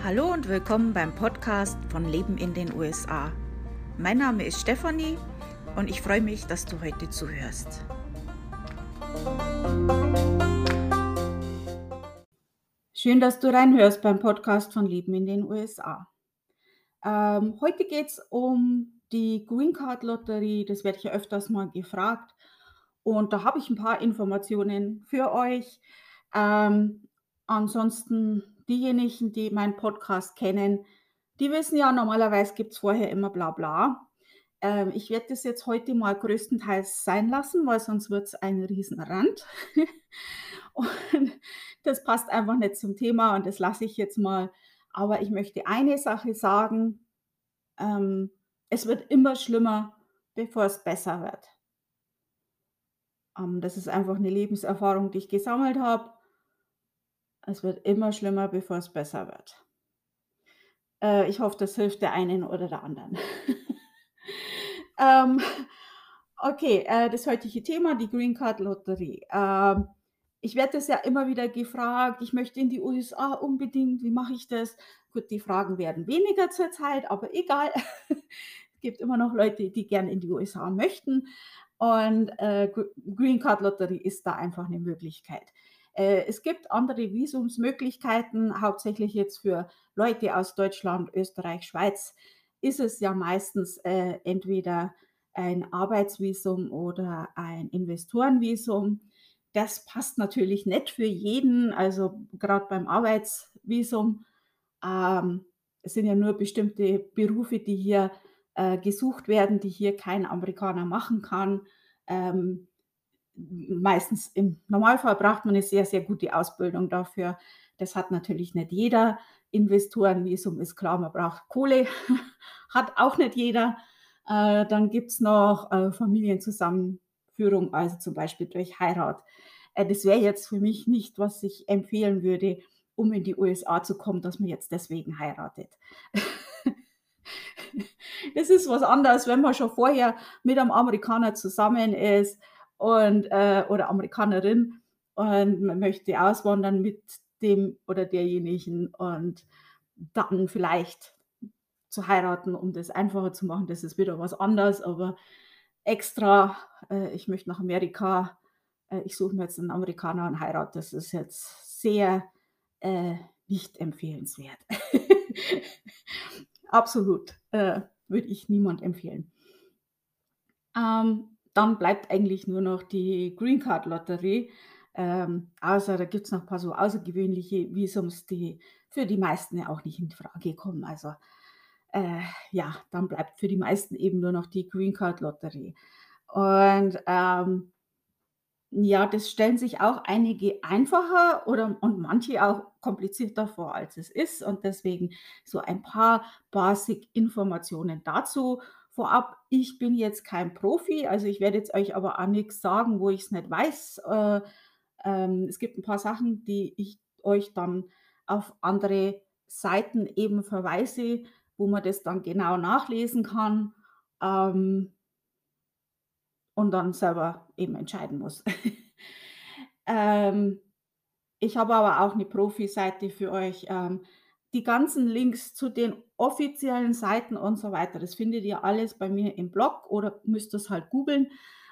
Hallo und willkommen beim Podcast von Leben in den USA. Mein Name ist Stefanie und ich freue mich, dass du heute zuhörst. Schön, dass du reinhörst beim Podcast von Leben in den USA. Heute geht es um die Green Card Lotterie. Das werde ich ja öfters mal gefragt. Und da habe ich ein paar Informationen für euch. Ansonsten diejenigen, die meinen Podcast kennen, die wissen ja, normalerweise gibt es vorher immer bla bla. Ich werde das jetzt heute mal größtenteils sein lassen, weil sonst wird es ein Riesenrand. Und das passt einfach nicht zum Thema und das lasse ich jetzt mal. Aber ich möchte eine Sache sagen, es wird immer schlimmer, bevor es besser wird. Das ist einfach eine Lebenserfahrung, die ich gesammelt habe. Es wird immer schlimmer, bevor es besser wird. Ich hoffe, das hilft der einen oder der anderen. Ähm, okay, das heutige Thema, die Green Card Lotterie. Ich werde das ja immer wieder gefragt, ich möchte in die USA unbedingt, wie mache ich das? Gut, die Fragen werden weniger zurzeit, aber egal. Es gibt immer noch Leute, die gerne in die USA möchten und Green Card Lotterie ist da einfach eine Möglichkeit. Es gibt andere Visumsmöglichkeiten, hauptsächlich jetzt für Leute aus Deutschland, Österreich, Schweiz, ist es ja meistens entweder ein Arbeitsvisum oder ein Investorenvisum. Das passt natürlich nicht für jeden, also gerade beim Arbeitsvisum. Es sind ja nur bestimmte Berufe, die hier gesucht werden, die hier kein Amerikaner machen kann. Ähm, Meistens im Normalfall braucht man eine sehr, sehr gute Ausbildung dafür. Das hat natürlich nicht jeder. Investorenvisum ist klar, man braucht Kohle, hat auch nicht jeder. Dann gibt es noch Familienzusammenführung, also zum Beispiel durch Heirat. Das wäre jetzt für mich nicht, was ich empfehlen würde, um in die USA zu kommen, dass man jetzt deswegen heiratet. Das ist was anderes, wenn man schon vorher mit einem Amerikaner zusammen ist und oder Amerikanerin und man möchte auswandern mit dem oder derjenigen und dann vielleicht zu heiraten, um das einfacher zu machen. Das ist wieder was anderes, aber extra, ich möchte nach Amerika, ich suche mir jetzt einen Amerikaner und heirate, das ist jetzt sehr äh, nicht empfehlenswert. Absolut, würde ich niemand empfehlen. Dann bleibt eigentlich nur noch die Green Card Lotterie. Außer da gibt es noch ein paar so außergewöhnliche Visums, die für die meisten ja auch nicht in Frage kommen. Also ja, dann bleibt für die meisten eben nur noch die Green Card Lotterie. Und ja, das stellen sich auch einige einfacher und manche auch komplizierter vor, als es ist. Und deswegen so ein paar Basic-Informationen dazu. Vorab, ich bin jetzt kein Profi, also ich werde jetzt euch aber auch nichts sagen, wo ich es nicht weiß. Es gibt ein paar Sachen, die ich euch dann auf andere Seiten eben verweise, wo man das dann genau nachlesen kann. Und dann selber eben entscheiden muss. Ähm, Ich habe aber auch eine Profi-Seite für euch. Die ganzen Links zu den offiziellen Seiten und so weiter, das findet ihr alles bei mir im Blog oder müsst es halt googeln.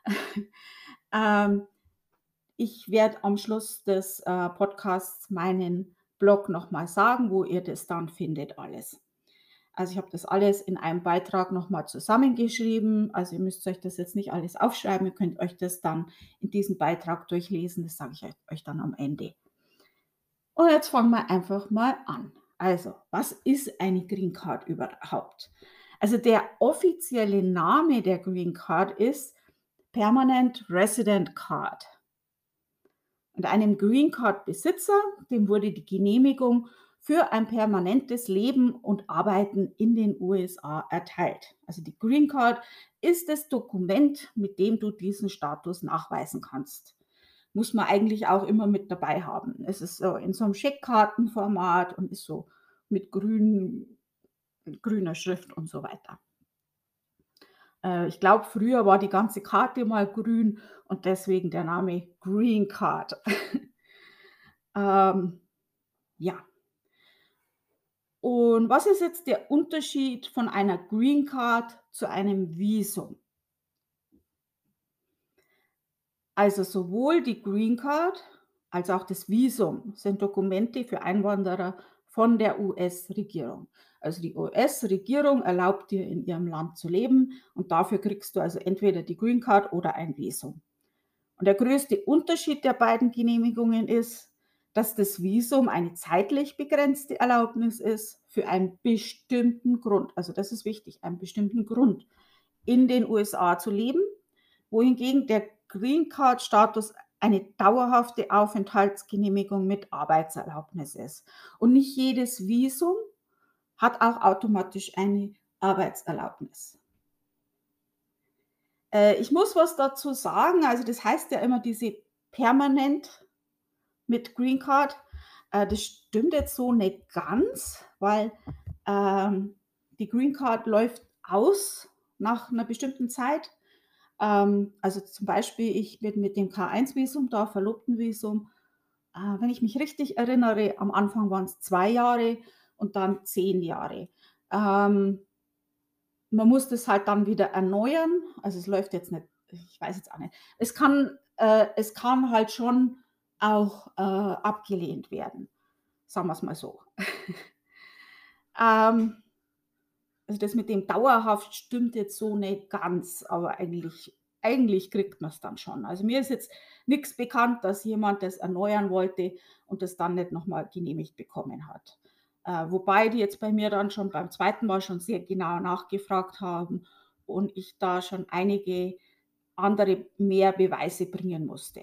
Ähm, Ich werde am Schluss des Podcasts meinen Blog noch mal sagen, wo ihr das dann findet alles. Also, ich habe das alles in einem Beitrag noch mal zusammengeschrieben. Also, ihr müsst euch das jetzt nicht alles aufschreiben. Ihr könnt euch das dann in diesem Beitrag durchlesen. Das sage ich euch dann am Ende. Und jetzt fangen wir einfach mal an. Also, was ist eine Green Card überhaupt? Also, der offizielle Name der Green Card ist Permanent Resident Card. Und einem Green Card Besitzer, dem wurde die Genehmigung für ein permanentes Leben und Arbeiten in den USA erteilt. Also die Green Card ist das Dokument, mit dem du diesen Status nachweisen kannst. Muss man eigentlich auch immer mit dabei haben. Es ist so in so einem Scheckkartenformat und ist so mit grüner Schrift und so weiter. Ich glaube, früher war die ganze Karte mal grün und deswegen der Name Green Card. Ja, Und was ist jetzt der Unterschied von einer Green Card zu einem Visum? Also sowohl die Green Card als auch das Visum sind Dokumente für Einwanderer von der US-Regierung. Also die US-Regierung erlaubt dir, in ihrem Land zu leben und dafür kriegst du also entweder die Green Card oder ein Visum. Und der größte Unterschied der beiden Genehmigungen ist, dass das Visum eine zeitlich begrenzte Erlaubnis ist für einen bestimmten Grund. Also das ist wichtig, einen bestimmten Grund, in den USA zu leben, wohingegen der Green Card Status eine dauerhafte Aufenthaltsgenehmigung mit Arbeitserlaubnis ist. Und nicht jedes Visum hat auch automatisch eine Arbeitserlaubnis. Ich muss was dazu sagen, also das heißt ja immer diese permanent mit Green Card. Das stimmt jetzt so nicht ganz, weil ähm, die Green Card läuft aus nach einer bestimmten Zeit. Also zum Beispiel, ich bin mit dem K1-Visum da, Verlobtenvisum, wenn ich mich richtig erinnere, am Anfang waren es 2 Jahre und dann 10 Jahre. Ähm, Man muss das halt dann wieder erneuern. Also, es läuft jetzt nicht, ich weiß jetzt auch nicht. Es kann halt schon auch, abgelehnt werden, sagen wir es mal so. Ähm, also, das mit dem dauerhaft stimmt jetzt so nicht ganz, aber eigentlich kriegt man es dann schon. Also, mir ist jetzt nichts bekannt, dass jemand das erneuern wollte und das dann nicht noch mal genehmigt bekommen hat. Wobei die jetzt bei mir dann schon beim zweiten Mal schon sehr genau nachgefragt haben und ich da schon einige andere mehr Beweise bringen musste.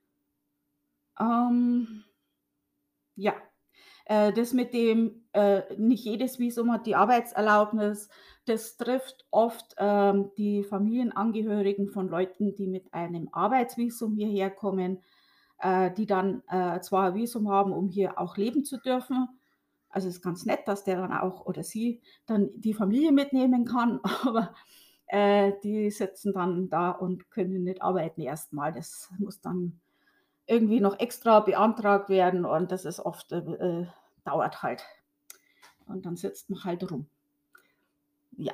Ähm, ja. Das mit dem, nicht jedes Visum hat die Arbeitserlaubnis, das trifft oft, die Familienangehörigen von Leuten, die mit einem Arbeitsvisum hierher kommen, die dann, zwar ein Visum haben, um hier auch leben zu dürfen. Also, ist ganz nett, dass der dann auch oder sie dann die Familie mitnehmen kann, aber, die sitzen dann da und können nicht arbeiten erstmal. Das muss dann irgendwie noch extra beantragt werden und das ist oft dauert halt. Und dann sitzt man halt rum. Ja.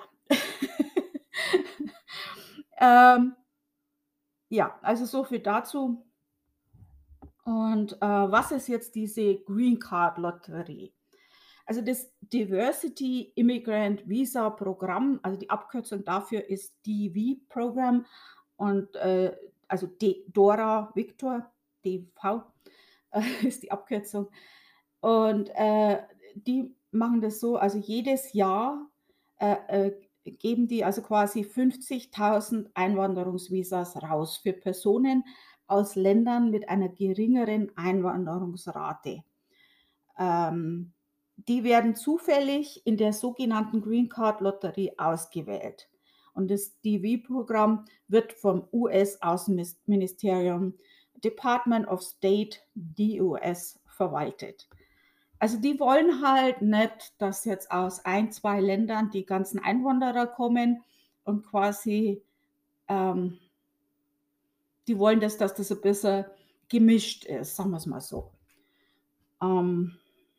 Ähm, ja, also so viel dazu. Und, was ist jetzt diese Green Card Lotterie? Also das Diversity Immigrant Visa Programm, also die Abkürzung dafür ist DV-Programm und, also Dora Victor, DV, ist die Abkürzung. Und, die machen das so, also jedes Jahr, geben die also quasi 50.000 Einwanderungsvisas raus für Personen aus Ländern mit einer geringeren Einwanderungsrate. Ähm, Die werden zufällig in der sogenannten Green Card Lotterie ausgewählt. Und das DV-Programm wird vom US-Außenministerium Department of State, DOS, verwaltet. Also die wollen halt nicht, dass jetzt aus ein, 2 Ländern die ganzen Einwanderer kommen und quasi, ähm, die wollen, dass das ein bisschen gemischt ist, sagen wir es mal so. Ähm,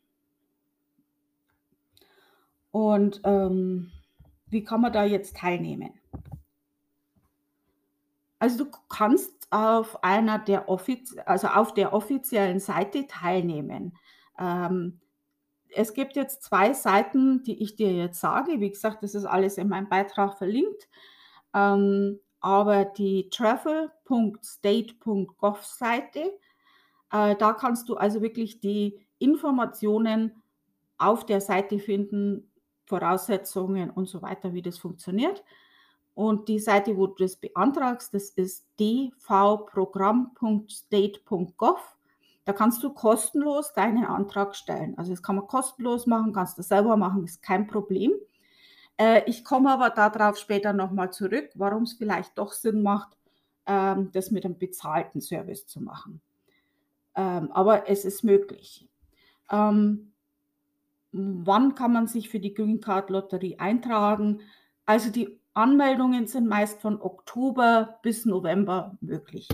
und wie kann man da jetzt teilnehmen? Also, du kannst auf einer der auf der offiziellen Seite teilnehmen. Ähm, Es gibt jetzt 2 Seiten, die ich dir jetzt sage. Wie gesagt, das ist alles in meinem Beitrag verlinkt. Aber die travel.state.gov Seite, da kannst du also wirklich die Informationen auf der Seite finden, Voraussetzungen und so weiter, wie das funktioniert. Und die Seite, wo du das beantragst, das ist dvprogramm.state.gov. Da kannst du kostenlos deinen Antrag stellen. Also das kann man kostenlos machen, kannst du selber machen, ist kein Problem. Ich komme aber darauf später nochmal zurück, warum es vielleicht doch Sinn macht, das mit einem bezahlten Service zu machen. Aber es ist möglich. Ähm, Wann kann man sich für die Green Card Lotterie eintragen? Also die Anmeldungen sind meist von Oktober bis November möglich.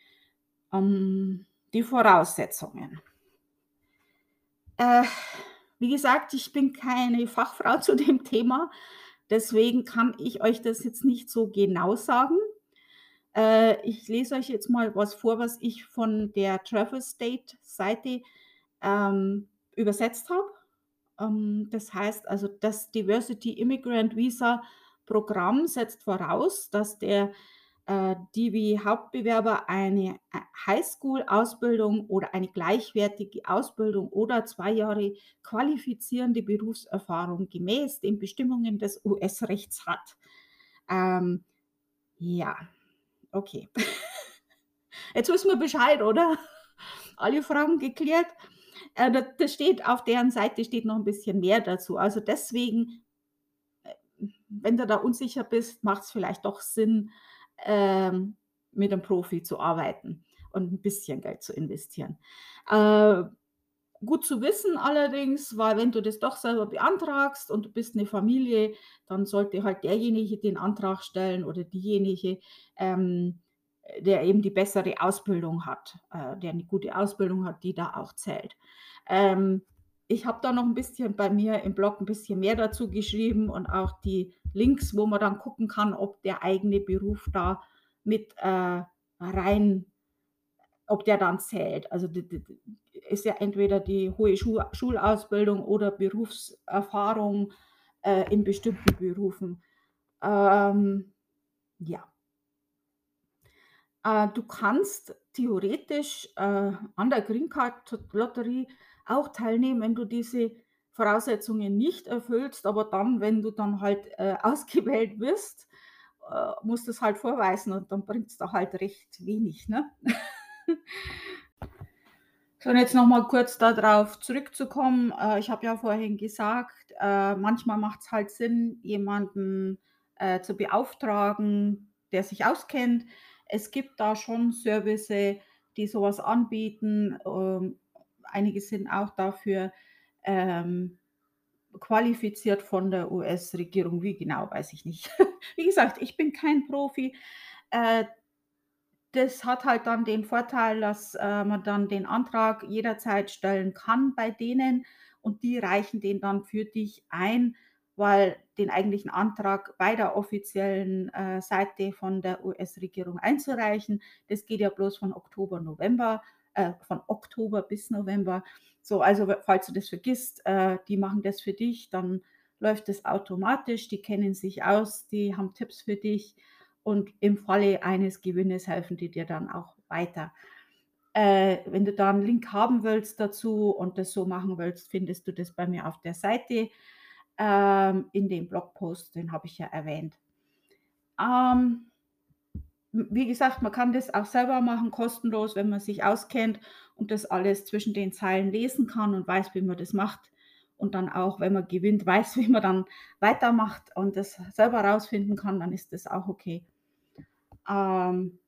Die Voraussetzungen. Äh, Wie gesagt, ich bin keine Fachfrau zu dem Thema, deswegen kann ich euch das jetzt nicht so genau sagen. Ich lese euch jetzt mal was vor, was ich von der Travel State Seite, übersetzt habe. Das heißt also, das Diversity Immigrant Visa Programm setzt voraus, dass der DiVi-Hauptbewerber eine Highschool-Ausbildung oder eine gleichwertige Ausbildung oder 2 Jahre qualifizierende Berufserfahrung gemäß den Bestimmungen des US-Rechts hat. Ähm, ja, okay. Jetzt wissen wir Bescheid, oder? Alle Fragen geklärt. Das steht auf deren Seite steht noch ein bisschen mehr dazu. Also, deswegen, wenn du da unsicher bist, macht es vielleicht doch Sinn, ähm, mit einem Profi zu arbeiten und ein bisschen Geld zu investieren. Äh, gut zu wissen allerdings, weil wenn du das doch selber beantragst und du bist eine Familie, dann sollte halt derjenige den Antrag stellen oder diejenige, der eben die bessere Ausbildung hat, der eine gute Ausbildung hat, die da auch zählt. Ähm, ich habe da noch ein bisschen bei mir im Blog ein bisschen mehr dazu geschrieben und auch die Links, wo man dann gucken kann, ob der eigene Beruf da mit, rein ob der dann zählt. Also, d ist ja entweder die hohe Schulausbildung oder Berufserfahrung, in bestimmten Berufen. Ähm, ja. Du kannst theoretisch, an der Green Card Lotterie auch teilnehmen, wenn du diese Voraussetzungen nicht erfüllst, aber dann, wenn du dann halt, ausgewählt wirst, musst du's halt vorweisen und dann bringt's da halt recht wenig, ne? So, und jetzt noch mal kurz darauf zurückzukommen. Ich habe ja vorhin gesagt, manchmal macht es halt Sinn, jemanden, zu beauftragen, der sich auskennt. Es gibt da schon Service, die sowas anbieten. Einige sind auch dafür, ähm, qualifiziert von der US-Regierung. Wie genau, weiß ich nicht. Wie gesagt, ich bin kein Profi. Äh, das hat halt dann den Vorteil, dass, man dann den Antrag jederzeit stellen kann bei denen und die reichen den dann für dich ein, weil den eigentlichen Antrag bei der offiziellen, Seite von der US-Regierung einzureichen, das geht ja bloß von Oktober bis November. So, also, falls du das vergisst, die machen das für dich, dann läuft das automatisch. Die kennen sich aus, die haben Tipps für dich und im Falle eines Gewinnes helfen die dir dann auch weiter. Wenn du da 'n Link haben willst dazu und das so machen willst, findest du das bei mir auf der Seite, in dem Blogpost, den habe ich ja erwähnt. Ähm, wie gesagt, man kann das auch selber machen, kostenlos, wenn man sich auskennt und das alles zwischen den Zeilen lesen kann und weiß, wie man das macht und dann auch, wenn man gewinnt, weiß, wie man dann weitermacht und das selber rausfinden kann, dann ist das auch okay. Ähm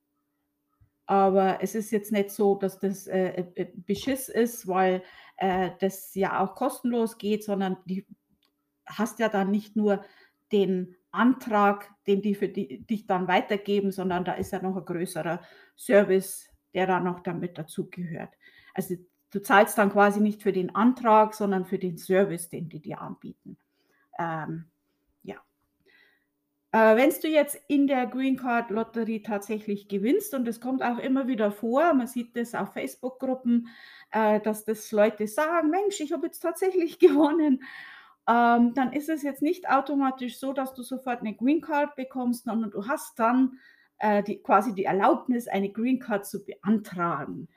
Aber es ist jetzt nicht so, dass das, Beschiss ist, weil, das ja auch kostenlos geht, sondern die hast ja dann nicht nur den Antrag, den die für dich dann weitergeben, sondern da ist ja noch 'n größerer Service, der da noch damit dazugehört. Also, du zahlst dann quasi nicht für den Antrag, sondern für den Service, den die dir anbieten. Ähm, ja. Wenn's du jetzt in der Green Card Lotterie tatsächlich gewinnst und das kommt auch immer wieder vor, man sieht das auf Facebook-Gruppen, dass das Leute sagen: „Mensch, ich habe jetzt tatsächlich gewonnen.“ dann ist es jetzt nicht automatisch so, dass du sofort 'ne Green Card bekommst, sondern du hast dann, die Erlaubnis, eine Green Card zu beantragen.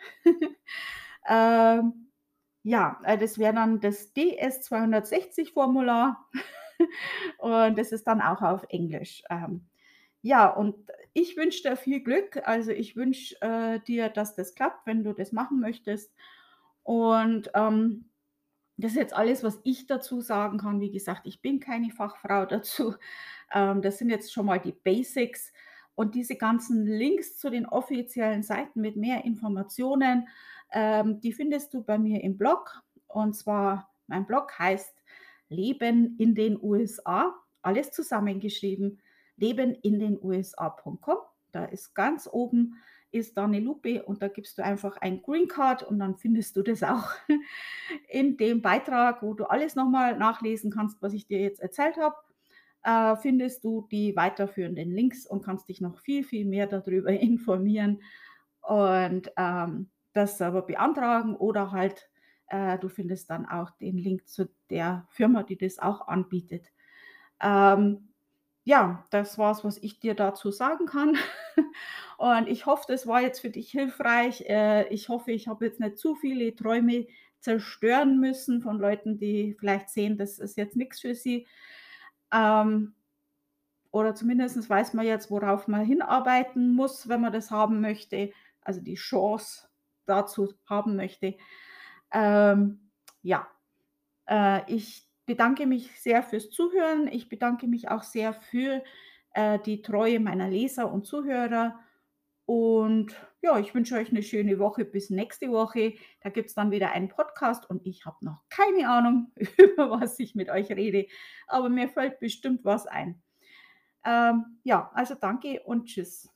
Ähm, ja, das wäre dann das DS-260 Formular und das ist dann auch auf Englisch. Ja, und ich wünsche dir viel Glück. Also, ich wünsche, dir, dass das klappt, wenn du das machen möchtest. Und, das ist jetzt alles, was ich dazu sagen kann. Wie gesagt, ich bin keine Fachfrau dazu. Das sind jetzt schon mal die Basics und diese ganzen Links zu den offiziellen Seiten mit mehr Informationen, die findest du bei mir im Blog. Und zwar mein Blog heißt „Leben in den USA“, alles zusammengeschrieben, lebenindenusa.com. Da ist ganz oben ist da 'ne Lupe und da gibst du einfach ein Green Card und dann findest du das auch in dem Beitrag, wo du alles noch mal nachlesen kannst, was ich dir jetzt erzählt habe, findest du die weiterführenden Links und kannst dich noch viel, viel mehr darüber informieren und, das aber beantragen oder halt, du findest dann auch den Link zu der Firma, die das auch anbietet. Ähm, ja, das war's, was ich dir dazu sagen kann. Und ich hoffe, das war jetzt für dich hilfreich. Ich hoffe, ich habe jetzt nicht zu viele Träume zerstören müssen von Leuten, die vielleicht sehen, das ist jetzt nix für sie. Ähm, oder zumindest weiß man jetzt, worauf man hinarbeiten muss, wenn man das haben möchte, also die Chance dazu haben möchte. Ähm, ja, ich bedanke mich sehr fürs Zuhören. Ich bedanke mich auch sehr für, die Treue meiner Leser und Zuhörer. Und ja, ich wünsche euch eine schöne Woche bis nächste Woche. Da gibt's dann wieder einen Podcast und ich habe noch keine Ahnung, über was ich mit euch rede, aber mir fällt bestimmt was ein. Ja, also danke und tschüss.